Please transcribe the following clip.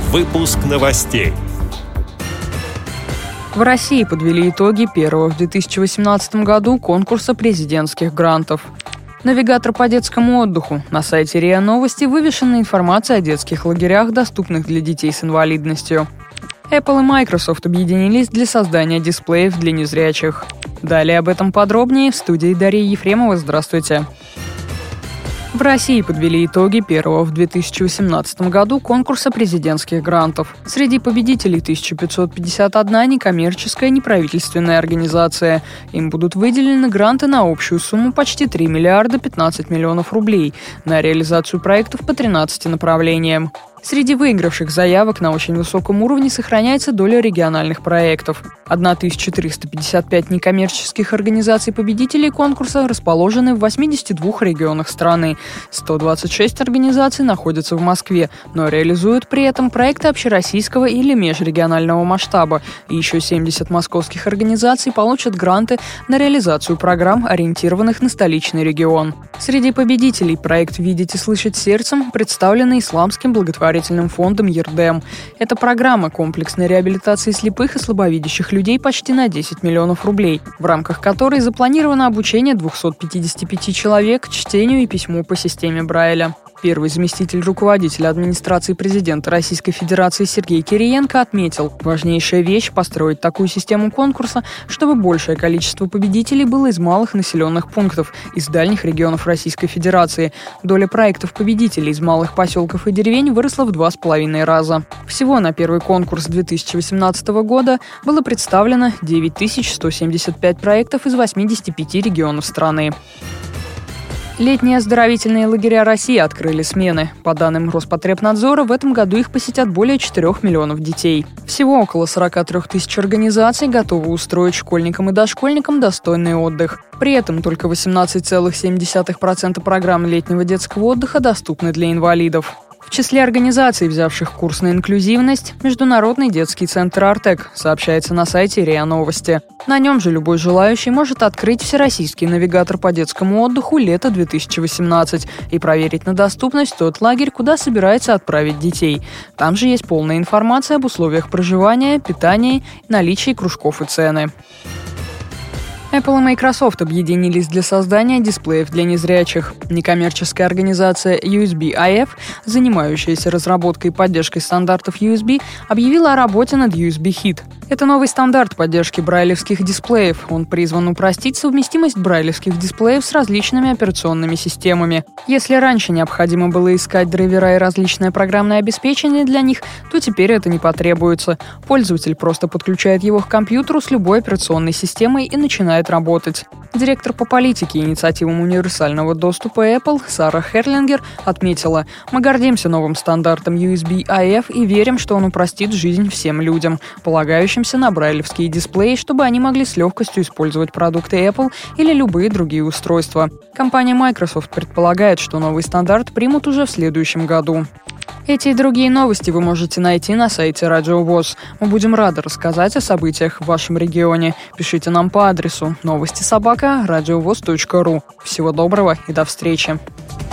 Выпуск новостей. В России подвели итоги первого в 2018 году конкурса президентских грантов. Навигатор по детскому отдыху. На сайте РИА Новости вывешена информация о детских лагерях, доступных для детей с инвалидностью. Apple и Microsoft объединились для создания дисплеев для незрячих. Далее об этом подробнее в студии Дарья Ефремова. Здравствуйте. В России подвели итоги первого в 2018 году конкурса президентских грантов. Среди победителей 1551 некоммерческая неправительственная организация. Им будут выделены гранты на общую сумму почти 3 миллиарда 15 миллионов рублей на реализацию проектов по 13 направлениям. Среди выигравших заявок на очень высоком уровне сохраняется доля региональных проектов. 1355 некоммерческих организаций-победителей конкурса расположены в 82 регионах страны. 126 организаций находятся в Москве, но реализуют при этом проекты общероссийского или межрегионального масштаба. И еще 70 московских организаций получат гранты на реализацию программ, ориентированных на столичный регион. Среди победителей проект «Видеть и слышать сердцем» представлен Исламским благотворительным фондом «Ердем». Это программа комплексной реабилитации слепых и слабовидящих людей почти на 10 миллионов рублей, в рамках которой запланировано обучение 255 человек чтению и письму по системе Брайля. Первый заместитель руководителя администрации президента Российской Федерации Сергей Кириенко отметил, важнейшая вещь – построить такую систему конкурса, чтобы большее количество победителей было из малых населенных пунктов, из дальних регионов Российской Федерации. Доля проектов победителей из малых поселков и деревень выросла в 2,5 раза. Всего на первый конкурс 2018 года было представлено 9175 проектов из 85 регионов страны. Летние оздоровительные лагеря России открыли смены. По данным Роспотребнадзора, в этом году их посетят более 4 миллионов детей. Всего около 43 тысяч организаций готовы устроить школьникам и дошкольникам достойный отдых. При этом только 18,7% программ летнего детского отдыха доступны для инвалидов. В числе организаций, взявших курс на инклюзивность, Международный детский центр «Артек», сообщается на сайте РИА Новости. На нем же любой желающий может открыть всероссийский навигатор по детскому отдыху лето 2018 и проверить на доступность тот лагерь, куда собирается отправить детей. Там же есть полная информация об условиях проживания, питании, наличии кружков и цены. Apple и Microsoft объединились для создания дисплеев для незрячих. Некоммерческая организация USB-IF, занимающаяся разработкой и поддержкой стандартов USB, объявила о работе над USB-HIT. Это новый стандарт поддержки брайлевских дисплеев. Он призван упростить совместимость брайлевских дисплеев с различными операционными системами. Если раньше необходимо было искать драйвера и различное программное обеспечение для них, то теперь это не потребуется. Пользователь просто подключает его к компьютеру с любой операционной системой и начинает работать. Директор по политике и инициативам универсального доступа Apple Сара Херлингер отметила: «Мы гордимся новым стандартом USB-IF и верим, что он упростит жизнь всем людям, полагающимся на брайлевские дисплеи, чтобы они могли с легкостью использовать продукты Apple или любые другие устройства». Компания Microsoft предполагает, что новый стандарт примут уже в следующем году. Эти и другие новости вы можете найти на сайте Радио ВОС. Мы будем рады рассказать о событиях в вашем регионе. Пишите нам по адресу новости@радиовос.ру. Всего доброго и до встречи.